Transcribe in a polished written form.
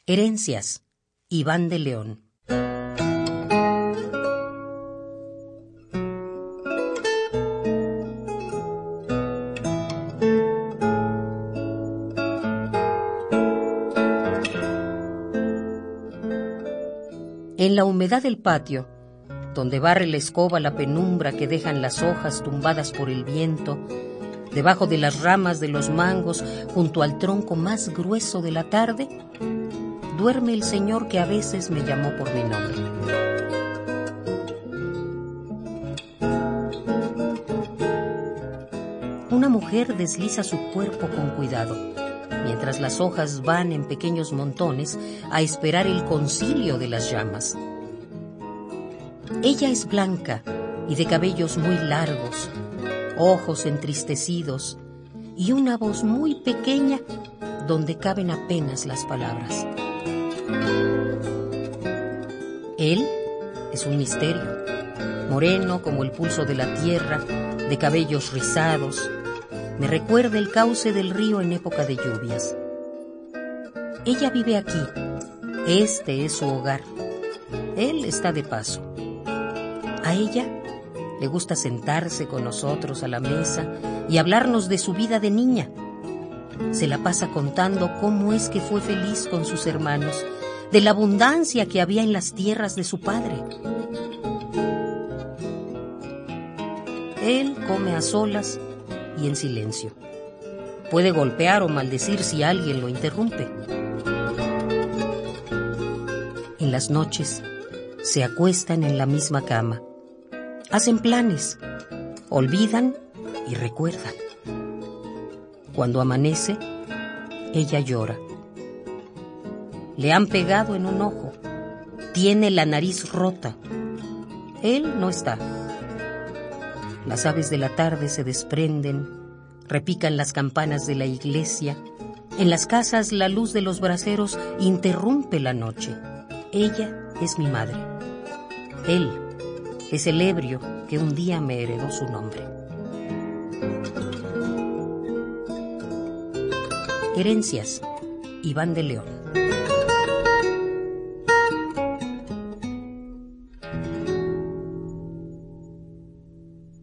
Herencias, Iván de León. En la humedad del patio, donde barre la escoba la penumbra que dejan las hojas tumbadas por el viento, debajo de las ramas de los mangos, junto al tronco más grueso de la tarde, duerme el señor que a veces me llamó por mi nombre. Una mujer desliza su cuerpo con cuidado, mientras las hojas van en pequeños montones a esperar el concilio de las llamas. Ella es blanca y de cabellos muy largos, ojos entristecidos y una voz muy pequeña donde caben apenas las palabras. Él es un misterio, moreno como el pulso de la tierra, de cabellos rizados. Me recuerda el cauce del río en época de lluvias. Ella vive aquí. Este es su hogar. Él está de paso. A ella le gusta sentarse con nosotros a la mesa y hablarnos de su vida de niña. Se la pasa contando cómo es que fue feliz con sus hermanos, de la abundancia que había en las tierras de su padre. Él come a solas y en silencio. Puede golpear o maldecir si alguien lo interrumpe. En las noches se acuestan en la misma cama. Hacen planes, olvidan y recuerdan. Cuando amanece, ella llora. Le han pegado en un ojo. Tiene la nariz rota. Él no está. Las aves de la tarde se desprenden, repican las campanas de la iglesia. En las casas la luz de los braseros interrumpe la noche. Ella es mi madre. Él es el ebrio que un día me heredó su nombre. Herencias, Iván de León.